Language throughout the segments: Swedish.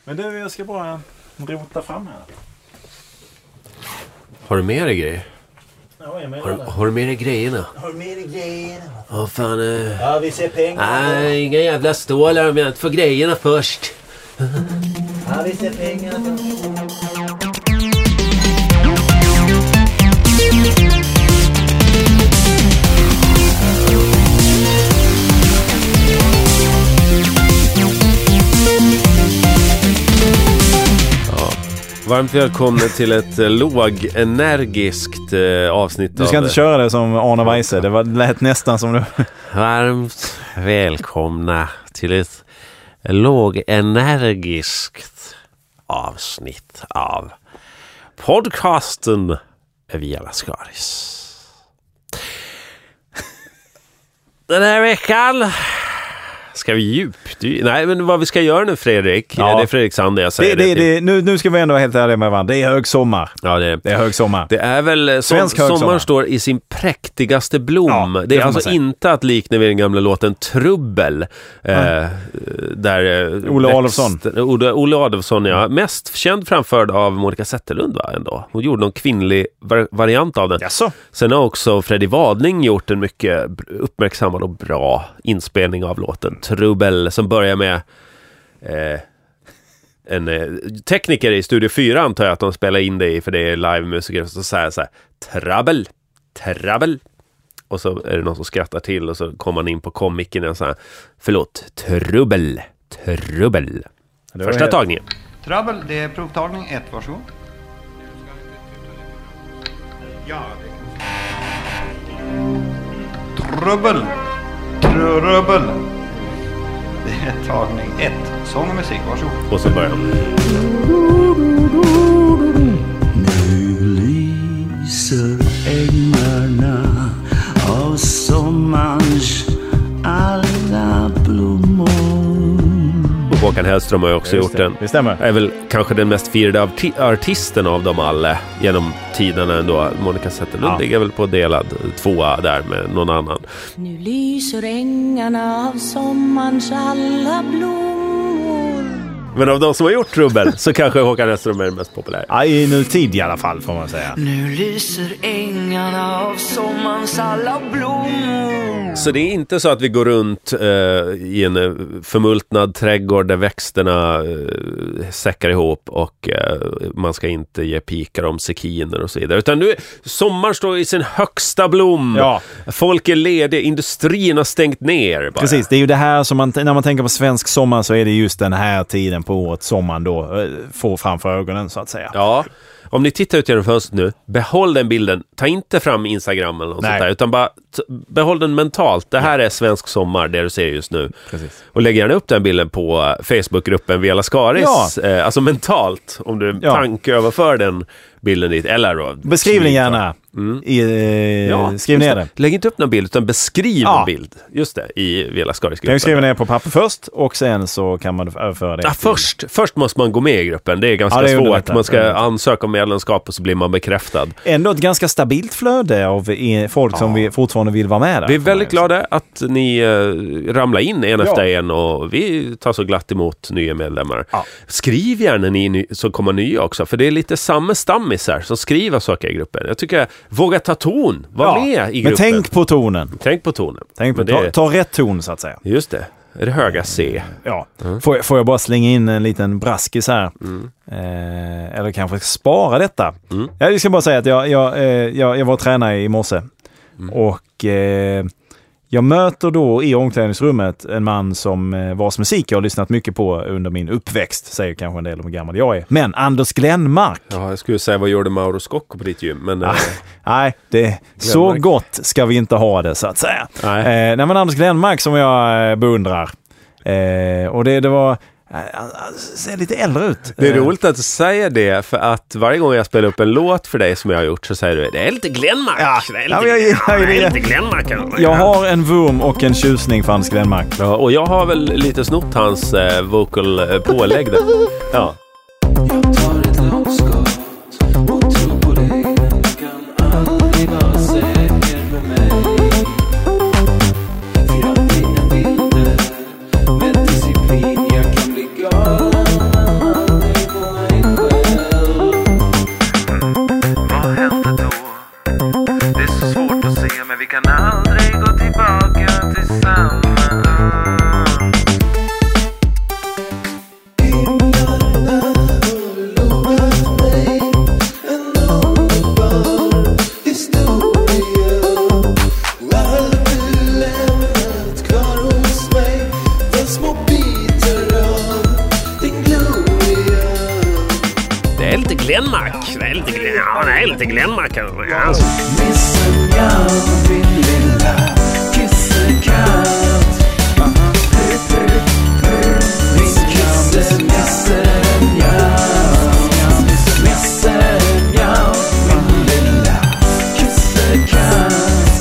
Men du, jag ska bara rota fram här. Har du med dig grejer? Ja, jag Har du med dig grejerna? Har du med dig grejerna? Ja, fan. Ja, vi ser pengar. Nej, inga jävla stålar om jag inte får grejerna först. Ja, vi ser pengar. Varmt välkommen till ett lågenergiskt avsnitt. Du ska inte köra det som Arne Weise. Det lät nästan som du... Varmt välkomna till ett lågenergiskt avsnitt av podcasten Via Lascaris. Den här veckan ska vi djupdyka. Nej, men vad vi ska göra nu, Fredrik. Ja. Det är Fredrik Sander jag säger nu ska vi ändå vara helt ärliga med varandra. Det är hög sommar. Ja, det är hög sommar. Det är väl sommar står i sin präktigaste blom. Ja, det är alltså inte att likna vid den gamla låten Trubbel. Där Olle Adolfsson, ja. Mest känd framförd av Monica Zetterlund, va, ändå. Hon gjorde någon kvinnlig variant av den. Jaså? Sen har också Freddy Wadling gjort en mycket uppmärksammad och bra inspelning av låten Trubbel, som börjar med en tekniker i Studio 4, antar jag att de spelar in det i, för det är live-musiker, och så säger så här: Trabbel, trabbel. Och så är det någon som skrattar till, och så kommer man in på komiken och så här: förlåt, trubbel, trubbel. Första tagningen. Trubbel, det är provtagning 1, varsågod. Ja. Trubbel, trubbel. Det är tagning 1. Sång och musik, varsågod. Och så börjar Nu lyser änglarna av sommarens alla blommor. Och Håkan Hellström har ju också gjort den. Det stämmer. Är väl kanske den mest firade artisten av dem alla genom tiderna ändå. Monica Zetterlund ligger väl på delad 2 där med någon annan. Nu lyser ängarna av sommarens alla blommor. Men av de som har gjort Trubbel så kanske Håkan Hellström är den mest populär. Ja, i nutid i alla fall, får man säga. Nu lyser ängarna av sommarens alla blommor. Så det är inte så att vi går runt i en förmultnad trädgård där växterna säckar ihop och man ska inte ge pikar om sekiner och så vidare. Utan nu, sommaren står i sin högsta blom. Ja. Folk är lediga, industrin har stängt ner. Bara. Precis, det är ju det här som när man tänker på svensk sommar, så är det just den här tiden på året som man då får framför ögonen, så att säga. Ja. Om ni tittar ut genom fönstret nu, behåll den bilden. Ta inte fram Instagram eller något sånt där, utan bara behåll den mentalt. Det här är svensk sommar, det du ser just nu. Precis. Och lägg gärna upp den bilden på Facebookgruppen Via Lascaris. Ja. Alltså mentalt, om du tankeöverför den bilden dit. Eller då, beskriv den gärna. Skriv ner det. Lägg inte upp någon bild, utan beskriv en bild. Just det, i Via Lascaris-gruppen. Kan du skriva ner på papper först, och sen så kan man överföra det. Ja, först måste man gå med i gruppen. Det är ganska svårt. Man ska ansöka om medlemskap och så blir man bekräftad. Ändå ett ganska stabilt flöde av folk som vi fortfarande vill vara med där. Vi är väldigt glada att ni ramlar in en efter en, och vi tar så glatt emot nya medlemmar. Ja. Skriv gärna ni som kommer nya också, för det är lite samma stammisar som skriver saker i gruppen. Jag tycker, våga ta ton. Var med i gruppen. Men tänk på tonen. Ta rätt ton, så att säga. Just det. Är det höga C? Ja. Får jag bara slänga in en liten braskis här? Eller kanske spara detta. Jag ska bara säga att jag var tränare i morse. Och jag möter då i omklädningsrummet en man som vars musik jag har lyssnat mycket på under min uppväxt. Säger kanske en del om hur gammal jag är. Men Anders Glenmark. Ja, jag skulle säga, vad gjorde Mauro Scocco på ditt gym? Men, nej, så gott ska vi inte ha det, så att säga. Nej, men Anders Glenmark som jag beundrar. Och det var... ser lite äldre ut. Det är roligt att säga det, för att varje gång jag spelar upp en låt för dig som jag har gjort, så säger du, det är lite Glenmark. Jag har en vurm och en tjusning för Anders Glenmark. Ja, och jag har väl lite snott hans vocal pålägg där. Ja. Glenmark. Det är lite Glenmark. Ja. Missen jag, din lilla kissekatt. Min kissen, missen jag, missen jag, min lilla kissekatt.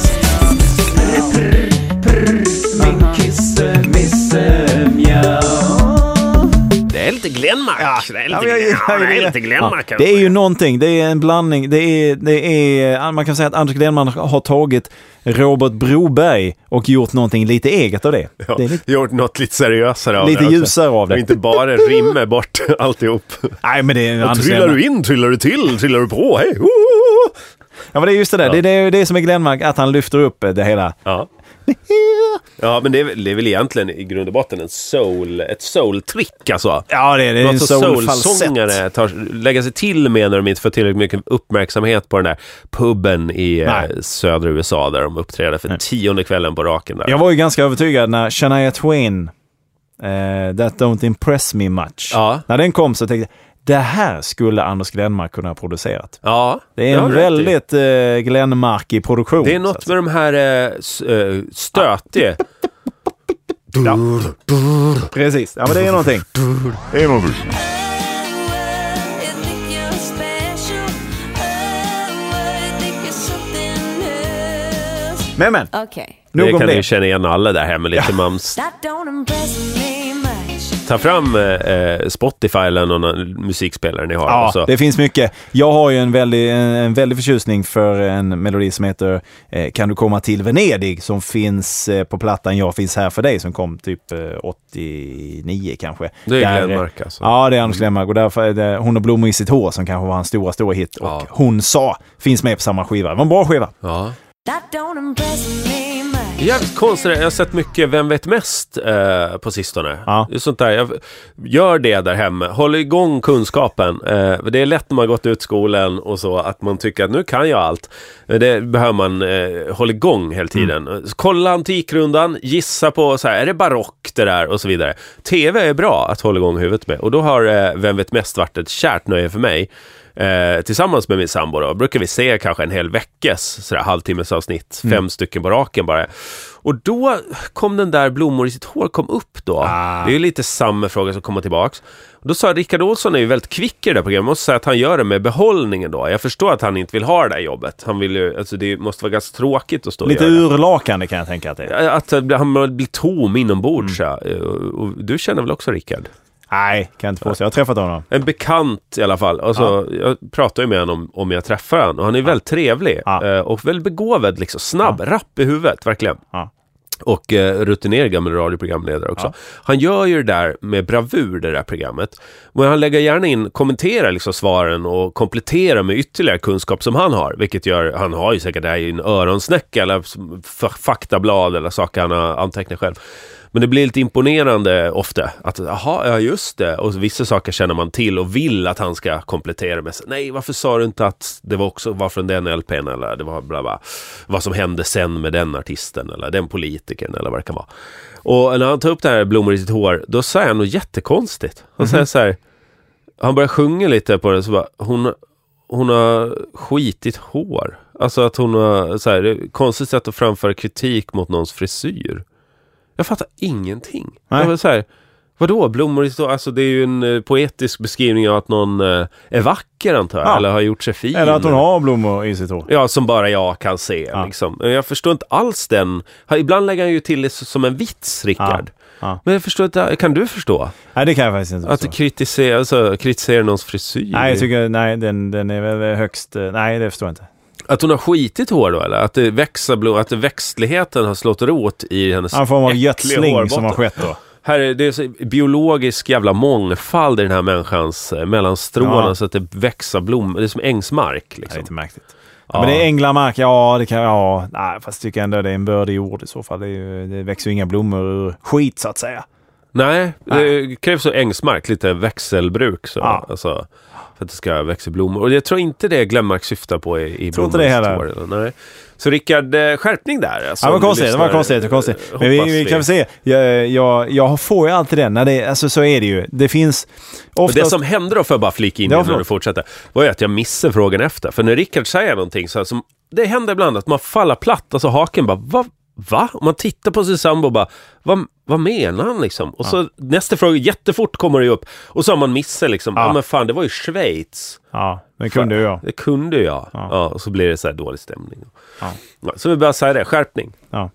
Min kissen, missen jag. Det är lite Glenmark. Ja. Det är lite Glenmark. Ja, det är ju någonting. Det är en blandning. Det är, man kan säga att Anders Glenmark har tagit Robert Broberg och gjort någonting lite eget av det. Ja, Det är lite, gjort något lite seriösare av lite det. ljusare av Och det. inte bara rimmer bort alltihop. Nej, men det är Och Anders trillar Glenmark. du in, trillar du till, trillar du på. Hej! Ja, men det är just det där. Ja. Det är det som är Glenmark, att han lyfter upp det hela. Ja. Ja, men det är väl egentligen i grund och botten ett soul-trick alltså. Ja, det är en Något som soul-falsett. soulsångare lägger sig till med när de inte får tillräckligt mycket uppmärksamhet på den där puben i södra USA där de uppträdde för 10:e kvällen på raken där. Jag var ju ganska övertygad när Shania Twain That Don't Impress Me Much. Ja. När den kom så tänkte jag, det här skulle Anders Glenmark kunna ha producerat. Ja, Det är en väldigt Glenmarkig produktion. det är något med de här stötiga. Precis. Ja, men det är någonting. Men. Okej. Nog Det om kan det. ni känna igen alla där hemma lite mums. That don't impress me much. Ta fram Spotify eller någon musikspelare ni har. Ja, och så. det finns mycket. Jag har ju en väldig förtjusning för en melodi som heter Kan du komma till Venedig, som finns på plattan Jag finns här för dig, som kom typ 89 kanske. Det är Glenmark alltså. Ja, det är Anders Glenmark, och därför är det Hon och blommor i sitt hår som kanske var hans stora hit. Ja. Och Hon sa finns med på samma skiva. Det var en bra skiva. Ja. That don't impress me much. Jävligt konstigt. Jag har sett mycket Vem vet mest på sistone. Ja. Det är sånt där. Jag gör det där hemma. Håller igång kunskapen. Det är lätt när man har gått ut skolan och så att man tycker att nu kan jag allt. Det behöver man hålla igång hela tiden. Kolla Antikrundan, gissa på så här, är det barock det där och så vidare. TV är bra att hålla igång huvudet med. Och då har Vem vet mest varit ett kärt nöje för mig. Tillsammans med min sambo då brukar vi se kanske en hel veckas sådär halvtimmes avsnitt, 5 stycken på raken bara. Och då kom den där Blommor i sitt hår kom upp då. Det är ju lite samma fråga som kommer tillbaks. Och då sa Rickard Olsson är ju väldigt kvick i det där programmet. Jag måste säga att han gör det med behållningen då. Jag förstår att han inte vill ha det där jobbet. Han vill ju, alltså det måste vara ganska tråkigt att stå Lite och göra det. urlakande kan jag tänka att det är. Att han blir tom inombords. Och du känner väl också Rickard? Nej, kan jag inte påstå. Jag har träffat honom. En bekant i alla fall. Alltså, jag pratar ju med honom om jag träffar honom. Och han är väldigt trevlig. Och väldigt begåvad, liksom. Snabb, rapp i huvudet, verkligen. Ja. Och rutinerad gammal radioprogramledare också. Ja. Han gör ju det där med bravur, det där programmet. Men han lägger gärna in, kommenterar liksom svaren och kompletterar med ytterligare kunskap som han har. Vilket gör, han har ju säkert det här i en öronsnäcka eller faktablad eller saker han har antecknat själv. Men det blir lite imponerande ofta att, ja just det, och vissa saker känner man till och vill att han ska komplettera med. Nej, varför sa du inte att det var från den LPn, eller det var bla bla, vad som hände sen med den artisten eller den politikern eller vad det kan vara. Och när han tar upp det här Blommor i sitt hår, då säger han något jättekonstigt. Han säger så här, han börjar sjunga lite på det, så bara, hon har skitigt hår. Alltså att hon har så här, det är ett konstigt sätt att framföra kritik mot någons frisyr. Jag fattar ingenting. Jag var så här, vadå, blommor i sitt hår? Alltså det är ju en poetisk beskrivning av att någon är vacker, antar jag. Ja. Eller har gjort sig fin. Eller att hon har blommor i sitt hår. Ja, som bara jag kan se. Ja. Liksom. Jag förstår inte alls den. Ibland lägger han ju till det som en vits, Rickard. Ja. Men jag förstår inte, kan du förstå? Nej, det kan jag faktiskt inte förstå. Att kritisera någons frisyr. Nej, jag tycker, den är väl högst, nej det förstår jag inte. Att hon har skitigt hår då, eller? Att det växer blod, att växtligheten har slått rot i hennes en form av gödsling som har skett då. Här är det så biologisk jävla mångfald i den här människans mellan strålen, så att det växer blom. Det är som ängsmark liksom. Det är lite märkligt. Ja. Men det är änglamark, nej, fast jag tycker ändå det är en bördig jord i så fall. Det växer ju inga blommor ur skit så att säga. Nej, det krävs så ängsmark, lite växelbruk så, alltså, för att det ska växa blommor. Och jag tror inte det Glenmark syftar på i tror inte det heller. Nej. Så Rickard, skärpning där. Alltså, det var konstigt. Men vi kan väl se. Jag får ju alltid den. När det, alltså, så är det ju. Det finns oftast... Det som händer då, för att bara flika in när du fortsätter, var ju att jag missade frågan efter. För när Rickard säger någonting så som det händer ibland att man faller platt. Alltså haken bara, va? Och man tittar på sin sambo och bara, vad menar han liksom? Och så nästa fråga, jättefort kommer det upp. Och så har man missat liksom, men fan, det var ju Schweiz. Ja, det kunde jag. Det kunde jag. Ja, och så blir det så här dålig stämning. Ja, så vi bara säger det, skärpning. Ja.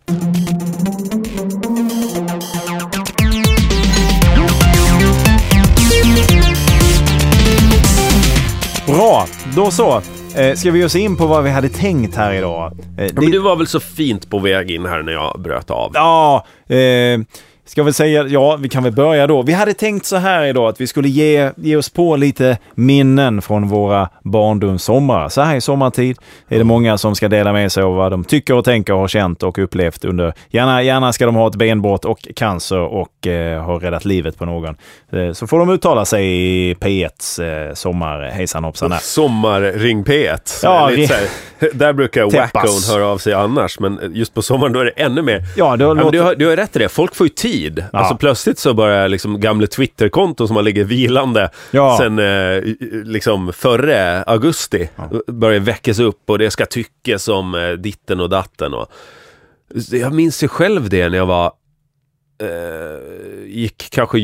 Bra, då så. Ska vi ge oss in på vad vi hade tänkt här idag? Men du var väl så fint på väg in här när jag bröt av. Ja, ska väl säga, vi kan väl börja då. Vi hade tänkt så här idag att vi skulle ge oss på lite minnen från våra barndomssommar. Så här i sommartid är det många som ska dela med sig av vad de tycker och tänker och har känt och upplevt under. Gärna ska de ha ett benbrott och cancer och ha räddat livet på någon. Så får de uttala sig i P1s sommar, hejsan hoppsan här. Sommarring P1. Ja, lite så här, där brukar Wackon höra av sig annars, men just på sommaren då är det ännu mer. Ja, du har rätt i det. Folk får ju tid. Alltså plötsligt så börjar liksom gamla Twitter-konton som har ligger vilande sen liksom före augusti börjar väckas upp och det ska tyckas om ditten och datten. Och jag minns ju själv det när jag var gick kanske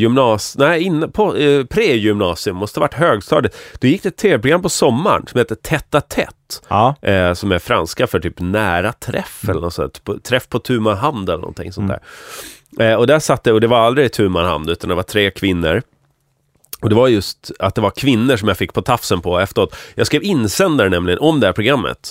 pre-gymnasium, måste ha varit högstadiet. Då gick det ett tv-program på sommaren som heter Tätt att tätt. Som är franska för typ nära träff eller något sånt. Träff på tu man hand eller någonting sånt där. Och där satt det, och det var aldrig tu man hand utan det var 3 kvinnor. Och det var just att det var kvinnor som jag fick på tafsen på efteråt. Jag skrev insändare nämligen om det här programmet.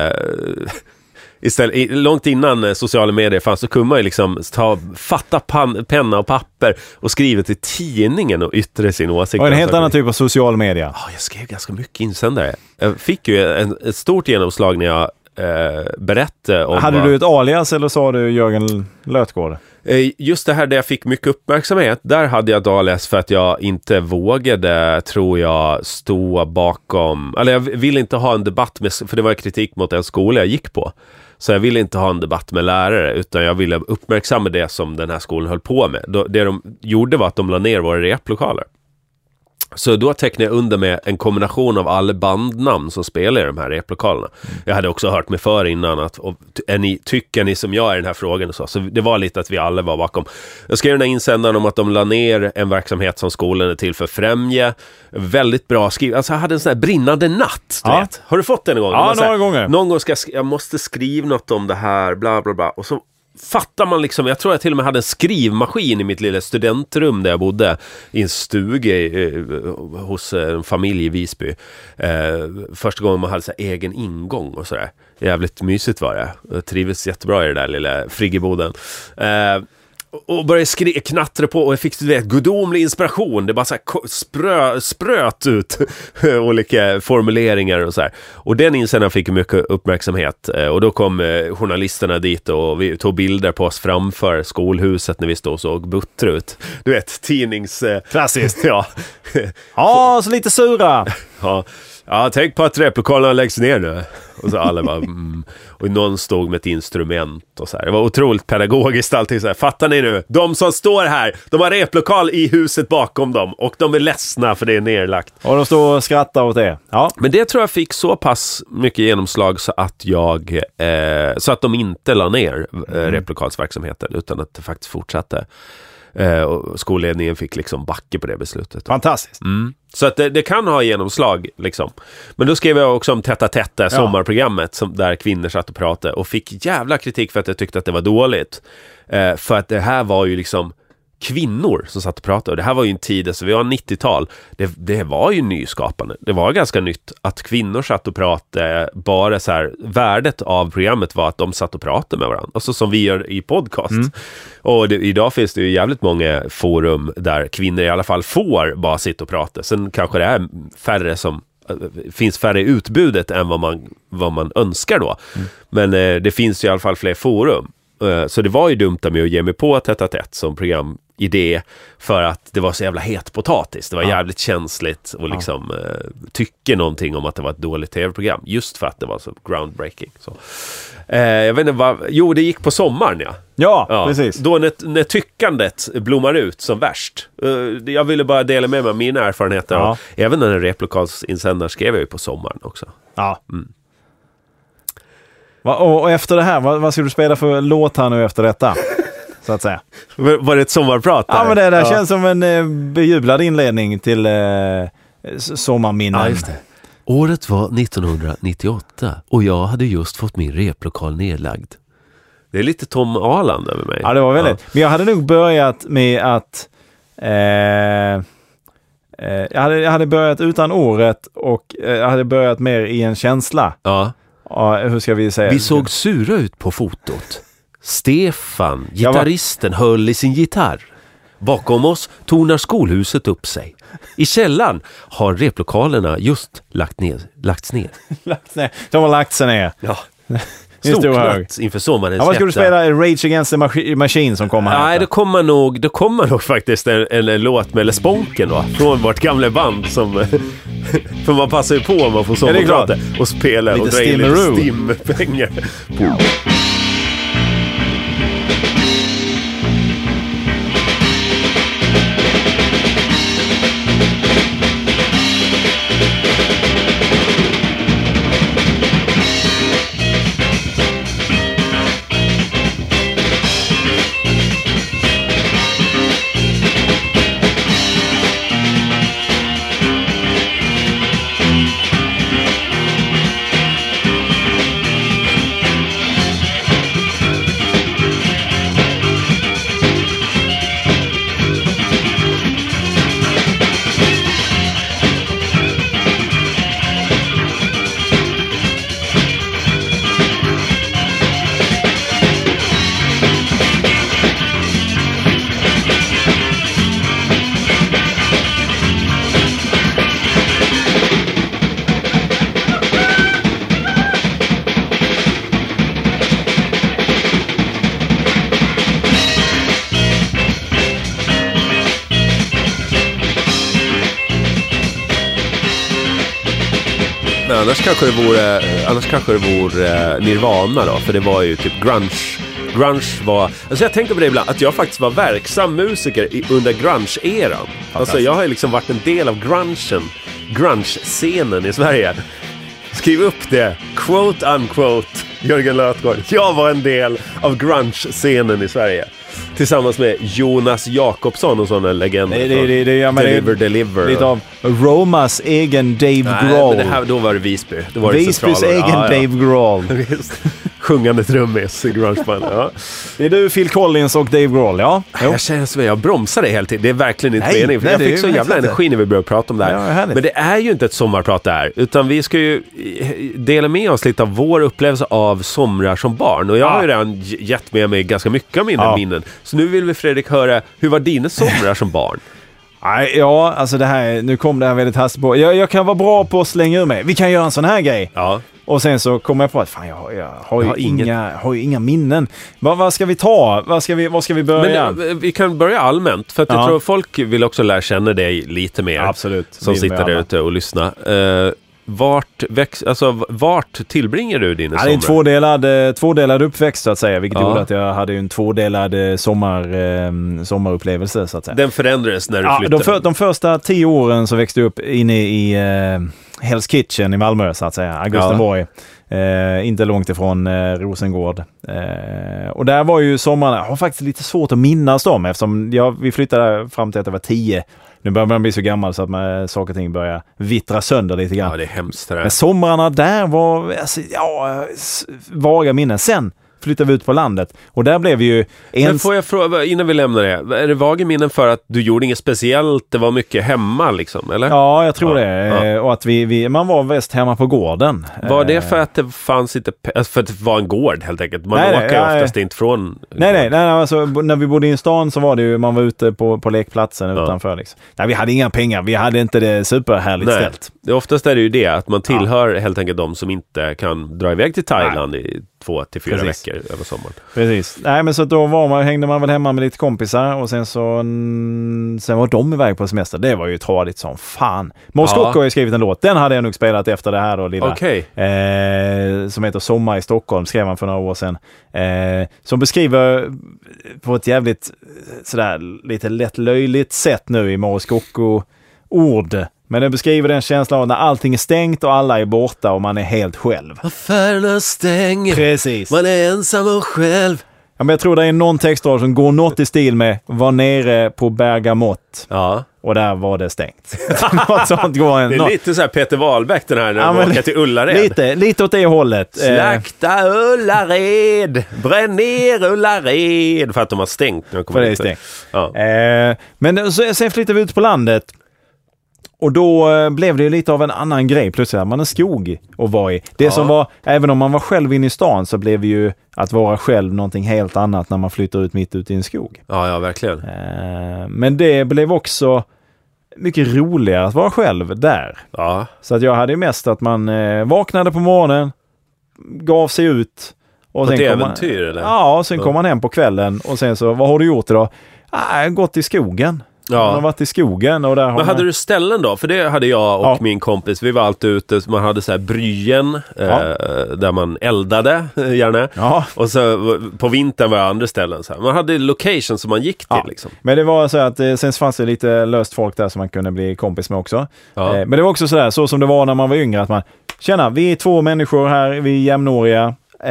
Istället, långt innan sociala medier fanns så kunde man ju liksom fatta penna och papper och skriva till tidningen och yttra sin åsikt. Och en helt annan typ av social media. Ja, jag skrev ganska mycket insändare. Jag fick ju ett stort genomslag när jag berättade om... Hade du ett alias eller sa du Jörgen Lötgård? Just det här där jag fick mycket uppmärksamhet, där hade jag ett alias för att jag inte vågade, tror jag, stå bakom... Eller jag ville inte ha en debatt med... För det var kritik mot en skola jag gick på. Så jag ville inte ha en debatt med lärare utan jag ville uppmärksamma det som den här skolan höll på med. Det de gjorde var att de la ner våra replokaler. Så då tecknade jag under med en kombination av alla bandnamn som spelar i de här replokalerna. Jag hade också hört mig för innan att tycker ni som jag är i den här frågan och så det var lite att vi alla var bakom. Jag skrev den här insändaren om att de la ner en verksamhet som skolan är till för främja. Väldigt bra skrivet. Alltså jag hade en sån här brinnande natt, du vet. Har du fått den en gång? Ja, några gånger. Någon gång jag måste skriva något om det här, bla bla bla. Och så fattar man liksom, jag tror jag till och med hade en skrivmaskin i mitt lilla studentrum där jag bodde i en stuga hos en familj i Visby. Första gången man hade så här egen ingång och sådär. Jävligt mysigt var det. Jag trivdes jättebra i det där lilla friggeboden. Och började knattra på och jag fick gudomlig inspiration. Det bara så här spröt ut olika formuleringar och så här. Och den insändaren fick mycket uppmärksamhet. Och då kom journalisterna dit och vi tog bilder på oss framför skolhuset när vi stod och såg buttra ut. Du vet, Klassiskt. Ja. Ja, så lite sura. Ja, tänk på att replokalerna läggs ner nu. Och så alla bara, och någon stod med ett instrument och så här. Det var otroligt pedagogiskt allting så här. Fattar ni nu? De som står här, de har replokal i huset bakom dem och de är ledsna för det är nerlagt. Och de står och skrattar åt det. Ja. Men det tror jag fick så pass mycket genomslag så att så att de inte la ner replokalsverksamheten utan att det faktiskt fortsatte. Och skolledningen fick liksom backa på det beslutet. Fantastiskt. Så att det kan ha genomslag liksom. Men då skrev jag också om Tätta sommarprogrammet där kvinnor satt och pratade och fick jävla kritik för att jag tyckte att det var dåligt. För att det här var ju liksom kvinnor som satt och pratade. Och det här var ju en tid, alltså vi var 90-tal. Det var ju nyskapande. Det var ganska nytt att kvinnor satt och pratade. Bara så här, värdet av programmet var att de satt och pratade med varandra. Alltså som vi gör i podcast. Och idag finns det ju jävligt många forum där kvinnor i alla fall får bara sitta och prata. Sen kanske det är finns färre utbudet än vad man önskar då. Men det finns ju i alla fall fler forum. Så det var ju dumt av mig att ge mig på tätt som programidé för att det var så jävla het potatis. Det var jävligt känsligt och liksom tycker någonting om att det var ett dåligt tv-program. Just för att det var så groundbreaking. Så. Jag vet inte vad... Jo, det gick på sommaren, Ja, precis. Då när tyckandet blommar ut som värst. Jag ville bara dela med mig av mina erfarenheter. Ja. Även när en replokalsinsändare skrev jag ju på sommaren också. Ja. Och efter det här, vad ska du spela för låt här nu efter detta? Så att säga. Var det ett sommarprat där? Ja, men det där känns som en bejublad inledning till sommarminnen. Ja, just det. Året var 1998 och jag hade just fått min replokal nedlagd. Det är lite Tom Arland över mig. Ja, det var väldigt. Men jag hade nog börjat med att jag hade börjat utan året och jag hade börjat mer i en känsla. Ja. Hur ska vi säga? Vi såg sura ut på fotot. Stefan, gitarristen, höll i sin gitarr. Bakom oss tornar skolhuset upp sig. I källan har replokalerna just lagts ner. De har lagt sig ner. Ja. Storknatt inför sommaren. Vad ska du spela? Rage Against the Machine som kommer här? Nej, det kommer nog faktiskt en låt med Les Bonken då, från vårt gamla band som för man passar ju på om man får sommarprata och spela lite och dra in lite stimpengar på. Annars kanske det vore Nirvana då, för det var ju typ grunge var... Alltså jag tänkte på det ibland, att jag faktiskt var verksam musiker under grunge-eran. Alltså jag har ju liksom varit en del av grunge-scenen i Sverige. Skriv upp det, quote unquote, Jörgen Lötgård. Jag var en del av grunge-scenen i Sverige. Tillsammans med Jonas Jakobsson och sådana legender. Deliver. Lite av Romas egen Dave Grohl. Men då var det Visby. Visbys egen Dave Grohl. Sjungande trummis i grungeband. Ja. Det är du, Phil Collins och Dave Grohl, ja. Jag känner som jag bromsade hela tiden. Det är verkligen inte mening. För jag fick så jävla energi när vi började prata om det här. Ja, men det är ju inte ett sommarprat där. Utan vi ska ju dela med oss lite av vår upplevelse av somrar som barn. Och jag har ju redan gett med mig ganska mycket av mina minnen. Så nu vill vi, Fredrik, höra, hur var dina somrar som barn? Ja, alltså nu kom det här väldigt hastigt på. Jag kan vara bra på att slänga ur mig. Vi kan göra en sån här grej. Ja. Och sen så kommer jag på att fan, jag har ju inga minnen. Vad ska vi ta? Var ska vi börja? Men, vi kan börja allmänt. För att jag tror folk vill också lära känna dig lite mer. Absolut. Som sitter där ute och lyssnar. Vart tillbringar du dina somrar? Det är en tvådelad uppväxt så att säga, vilket gjorde att jag hade en tvådelad sommarupplevelse så att säga. Den förändrades när du flyttade? De första 10 åren så växte jag upp inne i Hell's Kitchen i Malmö så att säga, Augustenborg. Inte långt ifrån Rosengård. Och där var ju sommarna, jag har faktiskt lite svårt att minnas dem eftersom vi flyttade fram till att jag var 10. Nu börjar man bli så gammal så att saker och ting börjar vittra sönder lite grann. Ja, det är hemskt det där. Men somrarna där var vaga minnen. Sen flyttade vi ut på landet och där blev vi ju... Men får jag fråga, innan vi lämnar det, är det vaga minnen för att du gjorde inget speciellt, det var mycket hemma liksom, eller? Ja, jag tror det. Ja. Och att man var väst hemma på gården. Var det för att det fanns inte... för att det var en gård helt enkelt? Man åker oftast inte från... Nej, alltså, när vi bodde i stan så var det ju, man var ute på lekplatsen utanför liksom. Nej, vi hade inga pengar, vi hade inte det superhärligt ställt. Oftast är det ju det, att man tillhör helt enkelt de som inte kan dra iväg till Thailand i 2 till 4 veckor över sommaren. Precis. Nej, men så då hängde man väl hemma med lite kompisar och sen var de iväg på semester. Det var ju tradigt som fan. Mos Coco har ju skrivit en låt. Den hade jag nog spelat efter det här då, lilla. Som heter Sommar i Stockholm, skrev han för några år sedan. Som beskriver på ett jävligt sådär lite lätt löjligt sätt nu i Mos Coco ord. Men den beskriver den känslan av när allting är stängt och alla är borta och man är helt själv. Affärerna stänger. Precis. Man är ensam och själv. Ja, men jag tror det är någon textrad som går något i stil med var nere på Bergamott. Ja. Och där var det stängt. Något sånt går det är lite så här Peter Wahlbeck den här när man åker till Ullared. Lite åt det hållet. Slakta Ullared! Bränn ner Ullared! För att de har stängt. För det är stängt. Ja. Men sen flyttade vi ut på landet. Och då blev det ju lite av en annan grej. Plötsligt hade man en skog att vara i. Det som var, även om man var själv inne i stan så blev ju att vara själv någonting helt annat när man flyttar ut mitt ut i en skog. Ja, verkligen. Men det blev också mycket roligare att vara själv där. Ja. Så att jag hade ju mest att man vaknade på morgonen, gav sig ut. Och sen ett äventyr eller? Ja, och sen kom man hem på kvällen och sen så, vad har du gjort idag? Gått i skogen. Ja. Man har varit i skogen och där har Men hade du ställen då? För det hade jag och min kompis. Vi var alltid ute. Man hade så här bryen där man eldade gärna. Ja. Och så på vintern var det andra ställen. Så här. Man hade location som man gick till. Liksom. Men det var så att sen fanns det lite löst folk där som man kunde bli kompis med också. Ja. Men det var också så där, så som det var när man var yngre. Att man, tjena, vi är 2 människor här. Vi är jämnåriga.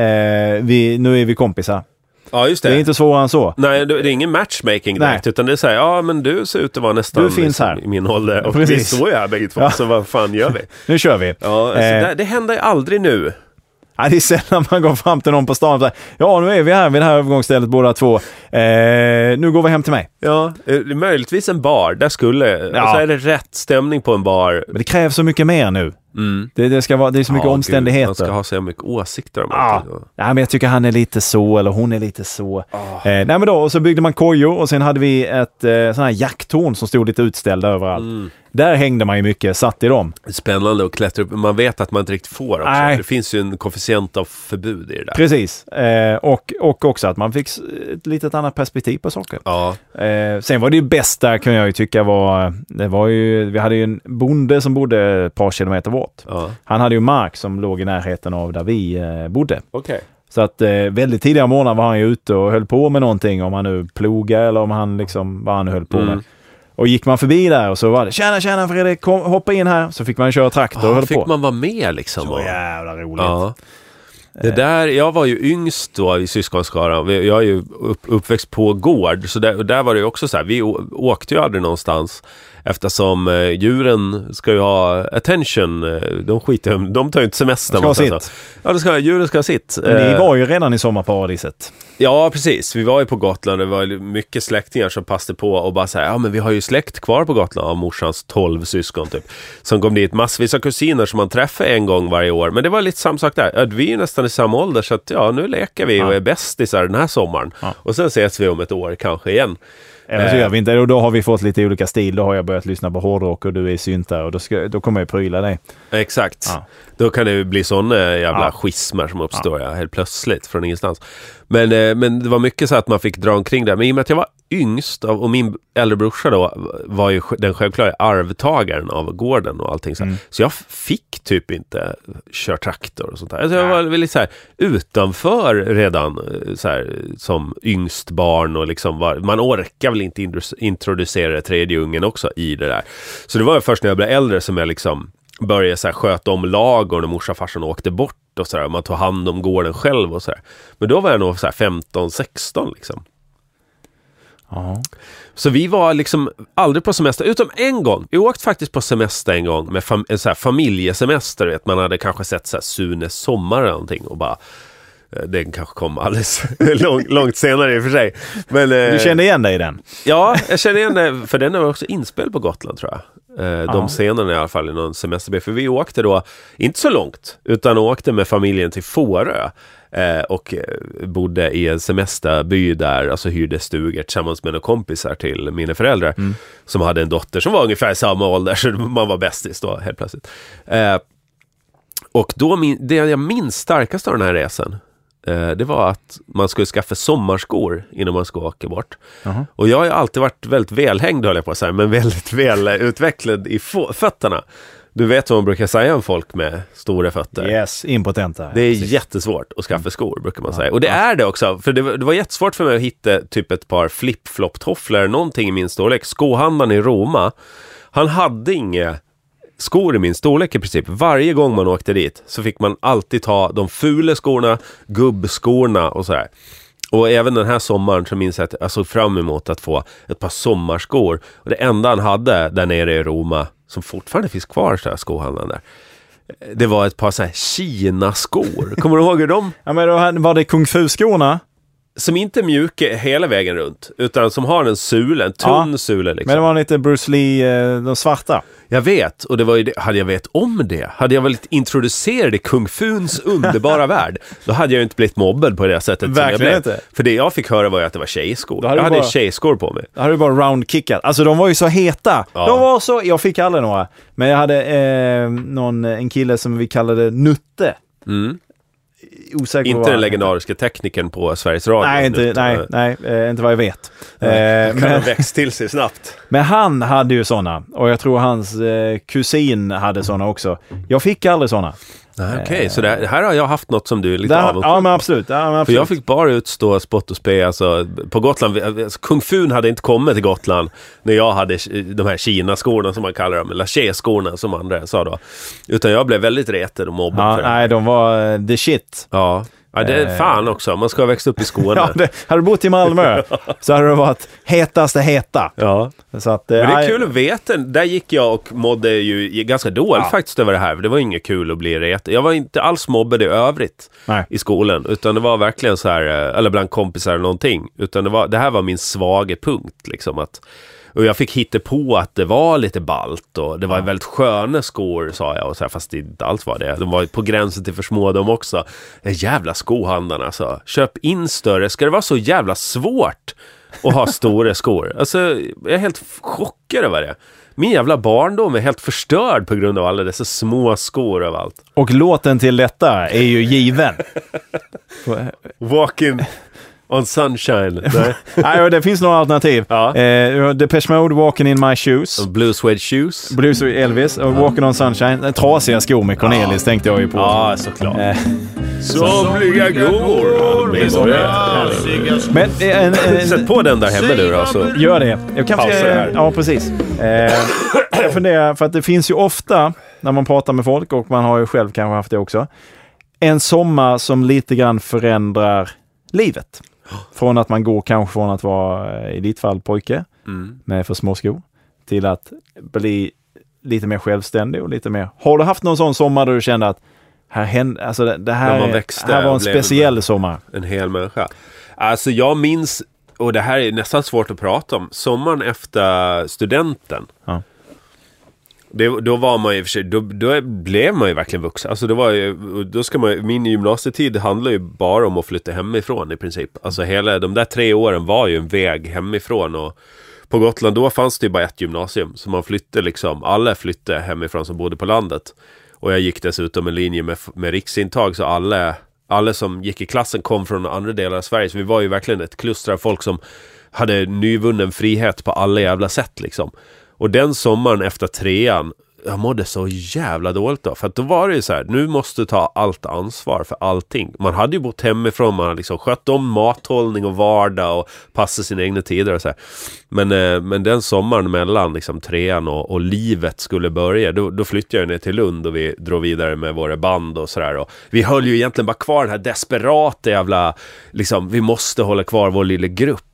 Nu är vi kompisar. Ja, just det. Det är inte svårare än så. Nej, det är ingen matchmaking direkt, utan det är så här, ja men du ser ut att vara nästan du finns här. I min ålder. Och vi står ju här bägge två, så vad fan gör vi? Nu kör vi. Ja, alltså, det händer aldrig nu. Ja, det är sällan man går fram till någon på stan och säger, ja nu är vi här vid det här övergångsstället båda två. Nu går vi hem till mig. Ja, möjligtvis en bar, där skulle, och så är det rätt stämning på en bar. Men det krävs så mycket mer nu. Mm. Det är så mycket omständigheter. Man ska ha så mycket åsikter om ja, men jag tycker han är lite så, eller hon är lite så. Nej men då, och så byggde man kojor och sen hade vi ett sån här jakttorn som stod lite utställda överallt. Där hängde man ju mycket, satt i dem. Spännande att klättra upp. Man vet att man inte riktigt får också. Det finns ju en koefficient av förbud i det där. Precis. Och också att man fick ett litet annat perspektiv på saker. Ja. Sen var det ju bästa, kan jag ju tycka, vi hade ju en bonde som bodde ett par kilometer bort. Ja. Han hade ju mark som låg i närheten av där vi bodde. Okay. Så att väldigt tidiga morgnar var han ju ute och höll på med någonting, om han nu plogade eller om han liksom, vad han höll på med. Och gick man förbi där och så var det, tjena Fredrik, hoppa in här. Så fick man köra traktor och höll fick på. Man vara med liksom. Så jävla roligt. Ja. Det där, jag var ju yngst då i syskonskaran. Jag är ju uppväxt på gård. Så där var det ju också så här. Vi åkte ju aldrig någonstans. Eftersom djuren ska ju ha attention. De tar ju inte semester. Ska ha sitt. Ja, djuren ska ha sitt. Men ni var ju redan i sommarparadiset. Ja, precis. Vi var ju på Gotland. Det var mycket släktingar som passade på och bara säga, ja men vi har ju släkt kvar på Gotland av morsans 12 syskon typ. Som kom dit, massvis av kusiner som man träffar en gång varje år. Men det var lite samma sak där. Vi är nästan i samma ålder så att nu leker vi och är bästisar den här sommaren. Ja. Och sen ses vi om ett år kanske igen. Eller så gör vi inte. Och då har vi fått lite olika stil. Då har jag börjat lyssna på hårdrock och du är syntare och då kommer jag pryla dig. Exakt. Ja. Då kan det ju bli sådana jävla schismer som uppstår helt plötsligt från ingenstans. Men det var mycket så att man fick dra omkring där. Men i och med att jag var yngst och min äldre brorsa då var ju den självklara arvtagaren av gården och allting så. Så jag fick typ inte köra traktor och sånt där. Alltså jag var väldigt så här utanför redan så här, som yngst barn och liksom man orkar väl inte introducera tredje ungen också i det där. Så det var först när jag blev äldre som jag liksom började så här sköta om lag och när morsan och farsan åkte bort och så där, man tog hand om gården själv och så där. Men då var jag nog så här 15-16 liksom. Ja. Så vi var liksom aldrig på semester, utom en gång. Vi åkte faktiskt på semester en gång med en så här familjesemester, vet man hade kanske sett så här Sunes sommar eller någonting och bara den kanske kom alldeles långt senare i och för sig. Men, du kände igen dig i den? Ja, jag kände igen det, för den var också inspel på Gotland tror jag. De scenerna i alla fall i någon semesterby. För vi åkte då, inte så långt, utan åkte med familjen till Fårö. Och bodde i en semesterby där, alltså hyrde stugor tillsammans med några kompisar till mina föräldrar som hade en dotter som var ungefär i samma ålder, så man var bästis då helt plötsligt. Och då det jag minns starkast av den här resan, det var att man skulle skaffa sommarskor innan man skulle åka bort. Och jag har ju alltid varit väldigt välhängd, höll jag på att säga, men väldigt väl utvecklad i fötterna. Du vet vad man brukar säga om folk med stora fötter. Yes, impotenta. Det är jättesvårt att skaffa skor, brukar man säga. Och det är det också, för det var jättesvårt för mig att hitta typ ett par flip-flop-tofflor eller någonting i min storlek. Skohandlaren i Roma, han hade inga skor i min storlek i princip. Varje gång man åkte dit så fick man alltid ta de fula skorna, gubbskorna och sådär. Och även den här sommaren så minns jag att jag såg fram emot att få ett par sommarskor. Och det enda han hade där nere i Roma, som fortfarande finns kvar så här skohandlaren där, det var ett par så här Kina-skor. Kommer du ihåg hur de? Ja, men då var det Kung Fu-skorna? Som inte är mjuka hela vägen runt, utan som har en sula, en tunn sula liksom. Men det var lite Bruce Lee, de svarta. Jag vet, och det var ju det, hade jag vet om det, hade jag väl introducerad i Kung Funs underbara värld, då hade jag ju inte blivit mobbad på det sättet. Verkligen som jag inte. För det jag fick höra var ju att det var tjejskor. Jag hade tjejskor på mig. Då hade du bara roundkickat. Alltså de var ju så heta. Ja. De var så, jag fick aldrig några. Men jag hade en kille som vi kallade Nutte. Osäker inte den legendariska teknikern på Sveriges Radio. Nej, inte vad jag vet. Men växt till sig snabbt. Men han hade ju såna, och jag tror hans kusin hade såna också. Jag fick aldrig såna. Okej, så här har jag haft något som du är lite avundsjuk. Ja, men absolut. För jag fick bara utstå spott och spe, alltså, på Gotland. Alltså, Kung Fun hade inte kommit till Gotland när jag hade de här Kina-skorna som man kallar dem, eller Che-skorna som andra sa då. Utan jag blev väldigt retad och mobbad för det. Nej, de var the shit. Ja, det är fan också. Man ska ha växt upp i Skåne. Hade du bott i Malmö så hade det varit hetaste heta. Ja. Så att, men det är kul att veta. Där gick jag och mådde ju ganska dåligt faktiskt över det här. Det var inget kul att bli retad. Jag var inte alls mobbad i övrigt i skolan. Utan det var verkligen så här, eller bland kompisar eller någonting. Utan det här var min svaga punkt liksom, att. Och jag fick hitta på att det var lite ballt och det var väldigt sköna skor, sa jag, och så här, fast det inte alls var det. De var på gränsen till för små de också. Jävla skohandlarna, alltså. Köp in större. Ska det vara så jävla svårt att ha stora skor? Alltså, jag är helt chockad över det. Min jävla barndom är helt förstörd på grund av alla dessa små skor av allt. Och låten till detta är ju given. Walking on sunshine. Nej, det finns några alternativ. Depeche Mode, Walking in my shoes. Blue Suede Shoes. Blue Suede Elvis och Walking on sunshine. Trasiga skor med Cornelis tänkte jag ju på. Ja, såklart. Somliga går. Men sätt på den där hemma nu då. Så. Gör det. Jag kan ja, precis. Jag funderar, för att det finns ju ofta när man pratar med folk, och man har ju själv kanske haft det också, en sommar som lite grann förändrar livet. Från att man går kanske från att vara, i ditt fall, pojke med för små skor, till att bli lite mer självständig och lite mer. Har du haft någon sån sommar där du kände att det här var en speciell sommar? En hel människa. Alltså jag minns, och det här är nästan svårt att prata om, sommaren efter studenten. Ja. Då var man ju för sig, då blev man ju verkligen vuxen. Alltså det var ju, då ska man, min gymnasietid handlar ju bara om att flytta hemifrån i princip. Alltså hela de där 3 åren var ju en väg hemifrån, och på Gotland då fanns det ju bara ett gymnasium, så man flyttade liksom, alla flyttade hemifrån som bodde på landet. Och jag gick dessutom en linje med riksintag, så alla som gick i klassen kom från andra delar av Sverige, så vi var ju verkligen ett kluster av folk som hade nyvunnen frihet på alla jävla sätt liksom. Och den sommaren efter 3:an, jag mådde så jävla dåligt då. För att då var det ju så här, nu måste du ta allt ansvar för allting. Man hade ju bott hemifrån, man hade liksom skött om mathållning och vardag och passat sina egna tider och så här. Men den sommaren mellan liksom 3:an och livet skulle börja, då flyttade jag ner till Lund och vi drog vidare med våra band och sådär. Och vi höll ju egentligen bara kvar den här desperata jävla, liksom, vi måste hålla kvar vår lilla grupp.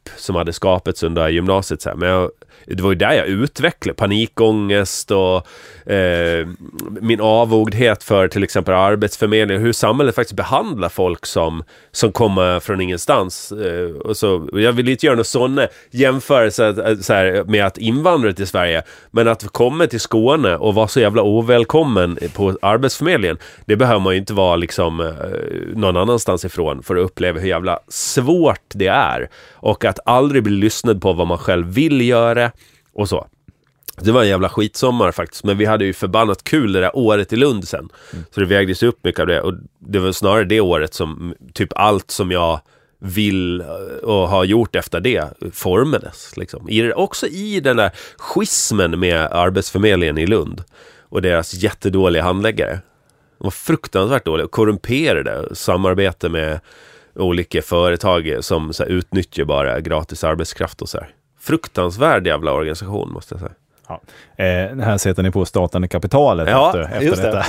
som hade skapats under gymnasiet. Så här. Men det var ju där jag utvecklade panikångest och min avogdhet för till exempel arbetsförmedling, hur samhället faktiskt behandlar folk som kommer från ingenstans. Och så, jag vill inte göra någon sån jämförelse så här, med att invandra till Sverige, men att komma till Skåne och vara så jävla ovälkommen på arbetsförmedlingen, det behöver man ju inte vara liksom någon annanstans ifrån för att uppleva hur jävla svårt det är, och att aldrig bli lyssnad på vad man själv vill göra och så. Det var en jävla skitsommar faktiskt, men vi hade ju förbannat kul det där året i Lund sen. Så det vägdes upp mycket av det, och det var snarare det året som typ allt som jag vill och har gjort efter det formades liksom. Också i den där schismen med arbetsförmedlingen i Lund och deras jättedåliga handläggare. De var fruktansvärt dåliga och korrumperade, samarbete med olika företag som så här, utnyttjar bara gratis arbetskraft och så här. Fruktansvärd jävla organisation, måste jag säga. Ja. Här sätter ni på startande kapitalet efter just detta.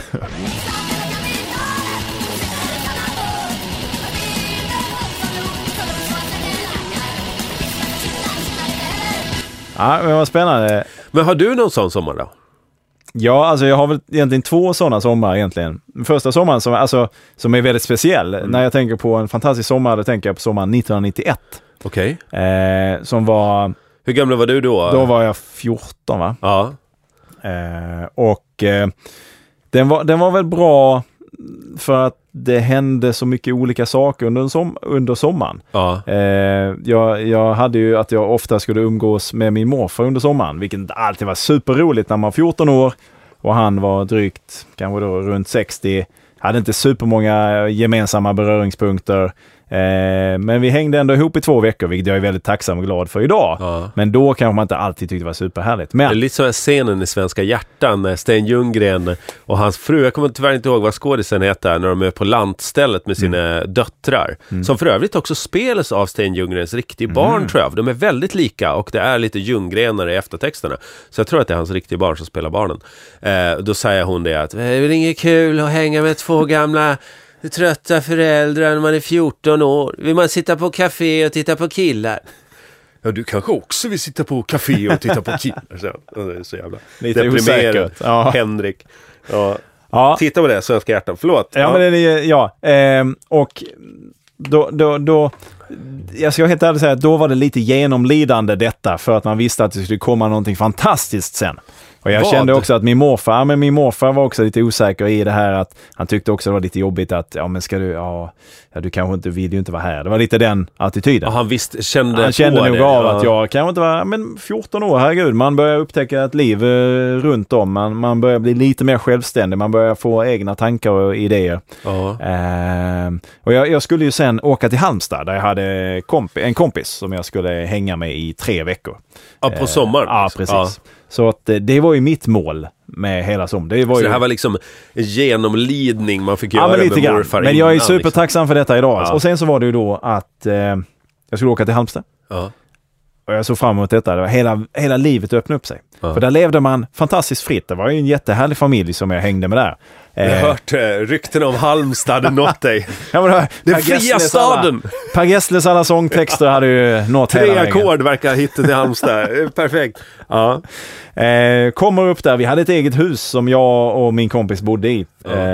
Ja, men vad spännande. Men har du någon sån sommar då? Ja, alltså jag har väl egentligen 2 sådana sommar egentligen. Första sommaren som är väldigt speciell. När jag tänker på en fantastisk sommar, då tänker jag på sommaren 1991. Okej. Som var... Hur gammal var du då? Då var jag 14, va? Ja. Den var väl bra för att det hände så mycket olika saker under sommaren. Ja. Jag hade ju att jag ofta skulle umgås med min morfar under sommaren, vilket alltid var superroligt när man var 14 år och han var drygt, kanske då runt 60. Hade inte supermånga gemensamma beröringspunkter. Men vi hängde ändå ihop i 2 veckor, vilket jag är väldigt tacksam och glad för idag. Ja. Men då kanske man inte alltid tyckte det var superhärligt. Men... Det är lite som scenen i Svenska hjärtan när Sten Ljunggren och hans fru, jag kommer tyvärr inte ihåg vad skådisen heter, när de är på lantstället med sina döttrar. Som för övrigt också spelas av Sten Ljunggrens riktiga barn, tror jag. De är väldigt lika och det är lite Ljunggrenare i eftertexterna. Så jag tror att det är hans riktiga barn som spelar barnen. Då säger hon det att det är väl inget kul att hänga med 2 gamla trötta föräldrar när man är 14 år. Vill man sitta på café och titta på killar? Ja, du kanske också vill sitta på café och titta på killar. Det är så jävla lite deprimerande. Ja. Henrik. Ja. Titta på det, Svenska hjärtan. Förlåt. Ja, men det är, och då jag ska helt ärligt säga att då var det lite genomlidande detta, för att man visste att det skulle komma någonting fantastiskt sen. Och jag kände också att min morfar var också lite osäker i det här, att han tyckte också det var lite jobbigt att du kanske inte vill ju inte vara här. Det var lite den attityden. Ja, han kände nog av att jag kanske inte var, men 14 år, herregud, man börjar upptäcka ett liv runt om. Man börjar bli lite mer självständig, man börjar få egna tankar och idéer. Och jag skulle ju sen åka till Halmstad där jag hade en kompis som jag skulle hänga med i 3 veckor. Ja, på sommaren. Ja, precis. Ja. Så att det var ju mitt mål med hela sommaren. Så det här var liksom en genomlidning man fick göra med morfar. Men jag är supertacksam för detta idag. Ja. Och sen så var det ju då att jag skulle åka till Halmstad. Ja. Och jag såg fram emot detta. Det var hela livet öppnade upp sig. Ja. För där levde man fantastiskt fritt. Det var ju en jättehärlig familj som jag hängde med där. Jag har hört rykten om Halmstad nått dig. Den fria staden! Per Gessles alla sångtexter hade ju nått 3 ackord verkar hitta till Halmstad. Perfekt. Ja. Kommer upp där. Vi hade ett eget hus som jag och min kompis bodde i.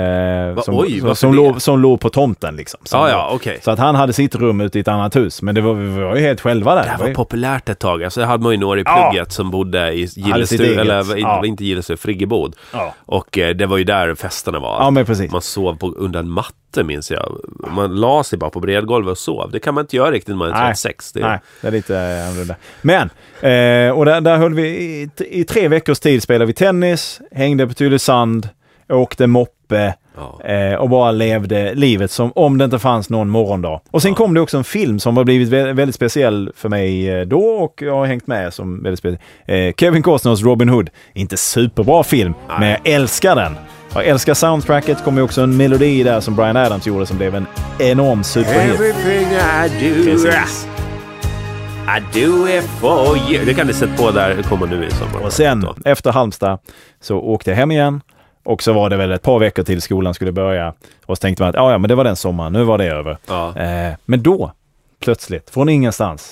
Som låg på tomten liksom. Okay. Så att han hade sitt rum ute i ett annat hus. Men vi var ju helt själva där. Det var populärt ett tag. Alltså, jag hade man ju några i plugget som bodde i Gillestö, eller inte Gillestö, Friggebod. Ja. Och det var ju där festerna var. Ja, men precis. Man sov under en matte, minns jag. Man la sig bara på bredgolvet och sov. Det kan man inte göra riktigt när man är 36. Nej, det är lite annorlunda. Men, och där höll vi i 3 veckors tid spelade vi tennis, hängde på Tylösand, åkte moppe och bara levde livet som om det inte fanns någon morgondag. Och sen kom det också en film som har blivit väldigt speciell för mig då, och jag har hängt med som väldigt speciell. Kevin Costners Robin Hood. Inte superbra film, men jag älskar den. Jag älskar soundtracket. Kommer också en melodi där som Bryan Adams gjorde som blev en enorm superhit. Everything I do, I do it for you. Det kan ni sätta på där, det kommer nu i sommar. Och sen, efter Halmstad, så åkte jag hem igen. Och så var det väl ett par veckor till skolan skulle börja. Och så tänkte man att men det var den sommaren, nu var det över. Ja. Men då, plötsligt, från ingenstans,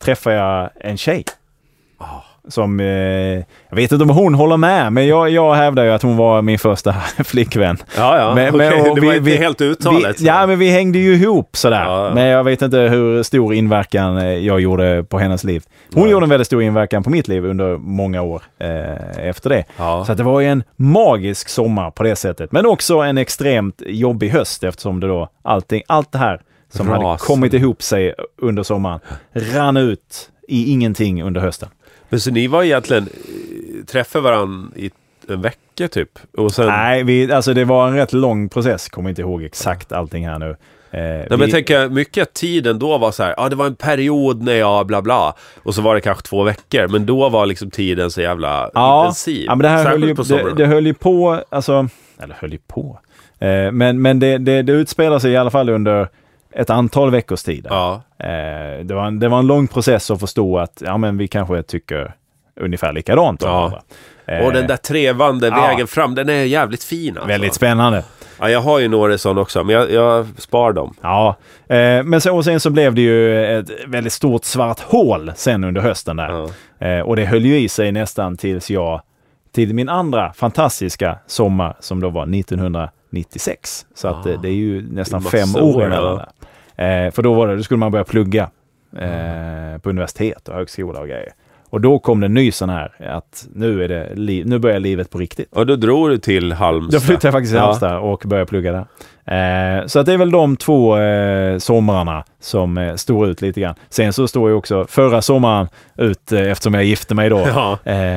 träffade jag en tjej. Som, jag vet inte om hon håller med, men jag hävdar ju att hon var min första flickvän. Ja, men, okay. Det var inte helt uttalet. Ja, men vi hängde ju ihop sådär. Ja. Men jag vet inte hur stor inverkan jag gjorde på hennes liv. Hon gjorde en väldigt stor inverkan på mitt liv under många år efter det. Ja. Så att det var ju en magisk sommar på det sättet. Men också en extremt jobbig höst, eftersom det då allt det här som hade kommit ihop sig under sommaren rann ut i ingenting under hösten. Men så ni var egentligen träffade varandra i en vecka typ? Och sen... Nej, alltså det var en rätt lång process. Kommer inte ihåg exakt allting här nu. Men jag tänker mycket tiden då var så här, det var en period när jag bla bla. Och så var det kanske 2 veckor. Men då var liksom tiden så jävla intensiv. Ja, men det här höll ju på, alltså, eller höll ju på. Men det utspelar sig i alla fall under ett antal veckors tid. Ja. Det var en lång process att förstå att men vi kanske tycker ungefär likadant. Ja. Och den där trevande vägen fram, den är jävligt fin. Alltså. Väldigt spännande. Ja, jag har ju några sådana också, men jag spar dem. Ja, men sen så blev det ju ett väldigt stort svart hål sen under hösten där. Ja. Och det höll ju i sig nästan till min andra fantastiska sommar som då var 1996. Så att det är ju nästan 5 år emellan där. För då skulle man börja plugga på universitet och högskola och grejer. Och då kom det en ny sån här att nu börjar livet på riktigt. Och då drog du till Halmstad. Då flyttade jag faktiskt till Halmstad och började plugga där. Så att det är väl de 2 sommarna som står ut lite grann. Sen så står ju också förra sommaren ut eftersom jag gifte mig då. Ja.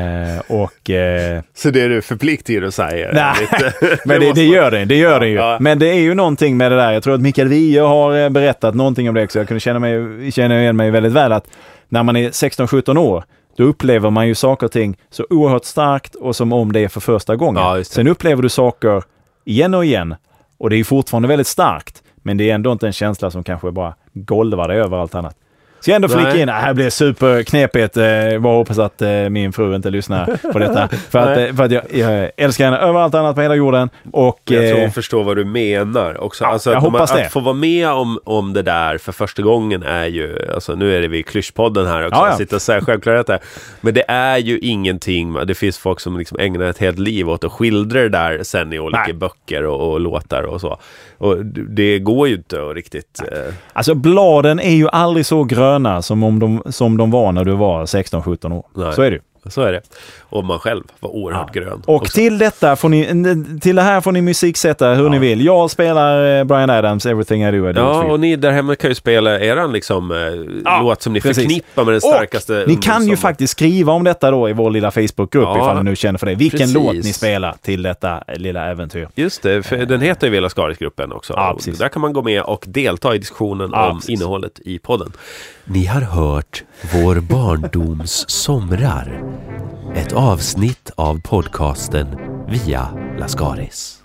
Så det är du förpliktig att säga? Nej, men det gör det ju. Ja. Men det är ju någonting med det där. Jag tror att Mikael Wiehe har berättat någonting om det också. Jag kunde känna igen mig väldigt väl att när man är 16-17 år då upplever man ju saker och ting så oerhört starkt och som om det är för första gången. Ja, sen upplever du saker igen och igen och det är ju fortfarande väldigt starkt, men det är ändå inte en känsla som kanske bara golvar det över allt annat. Så jag ändå flika in, det här blir superknepigt. Bara hoppas att min fru inte lyssnar på detta. för att jag älskar henne över allt annat på hela jorden. Och, jag tror hon förstår vad du menar också. Alltså, jag hoppas det. Att få vara med om det där för första gången är ju, alltså nu är det vi i Klyschpodden här också, att sitta och säga självklarheter. Men det är ju ingenting, det finns folk som liksom ägnar ett helt liv åt att skildra det där sen i olika böcker och låtar och så. Och det går ju inte att riktigt... Alltså bladen är ju aldrig så gröna som de var när du var 16-17 år. Nej. Så är det ju. Så är det. Och man själv var oerhört grön. Och också. Till det här får ni musiksätta hur ni vill. Jag spelar Bryan Adams, Everything I Do. Och ni där hemma kan ju spela eran liksom, låt som ni förknippar med den starkaste. Och ni kan ju faktiskt skriva om detta då i vår lilla Facebookgrupp ifall ni nu känner för det. Vilken låt ni spelar till detta lilla äventyr. Just det, för den heter ju Vela Skaris-gruppen också. Ja, där kan man gå med och delta i diskussionen om innehållet i podden. Ni har hört Vår barndoms somrar. Ett avsnitt av podcasten Via Lascaris.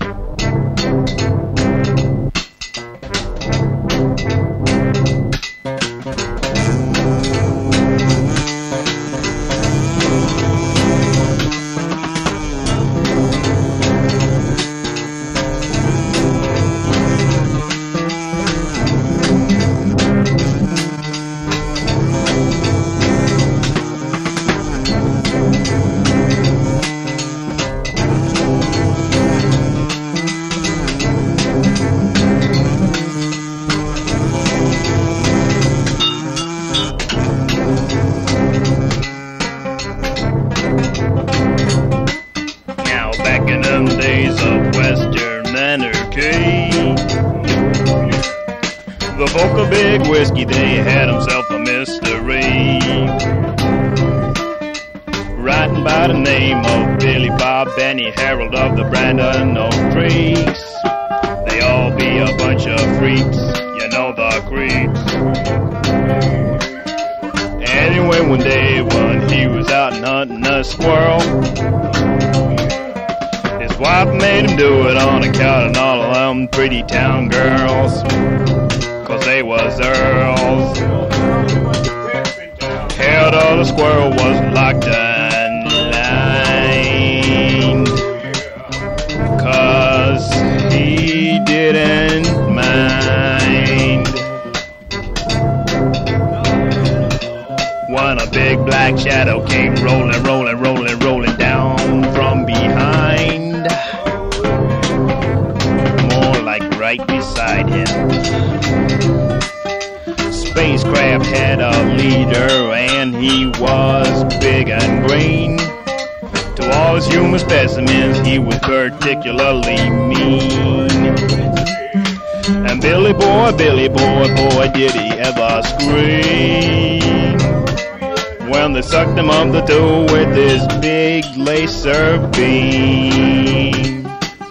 Whiskey, they had himself a mystery. Writing by the name of Billy Bob Benny, Harold of the Brandon Oak Creeks. They all be a bunch of freaks, you know the creeps. Anyway, one day when he was out and hunting a squirrel, his wife made him do it on account of all of them pretty town girls. Cause they was earls. Head of the squirrel was locked and lined. Cause he didn't mind. right beside him. Spacecraft had a leader and he was big and green. To all his human specimens he was particularly mean. And Billy boy, boy, did he ever scream when they sucked him up the toe with his big laser beam.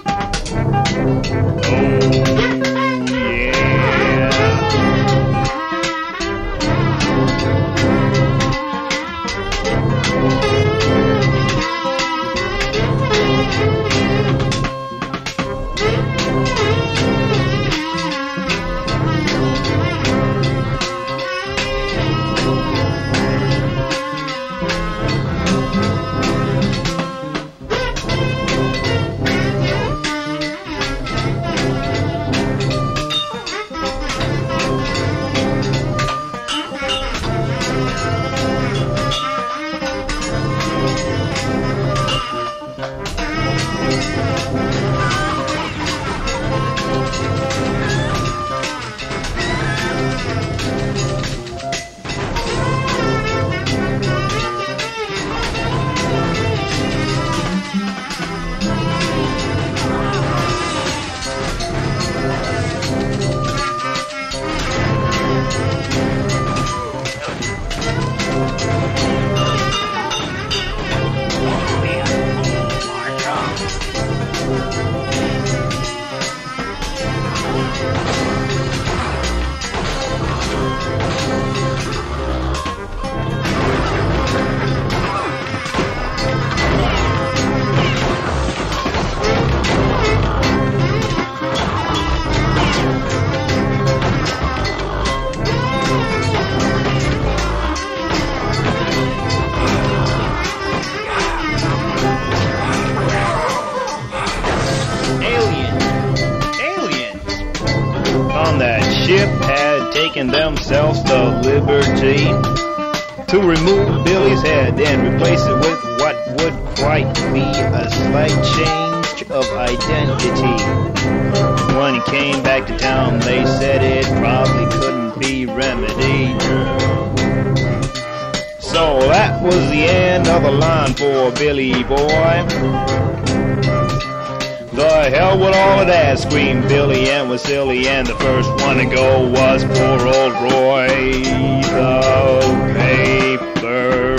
Themselves the liberty to remove Billy's head and replace it with what would quite be a slight change of identity. When he came back to town, they said it probably couldn't be remedied. So that was the end of the line for Billy boy. The hell with all of that, screamed Billy and was silly, and the first one to go was poor old Roy, the paper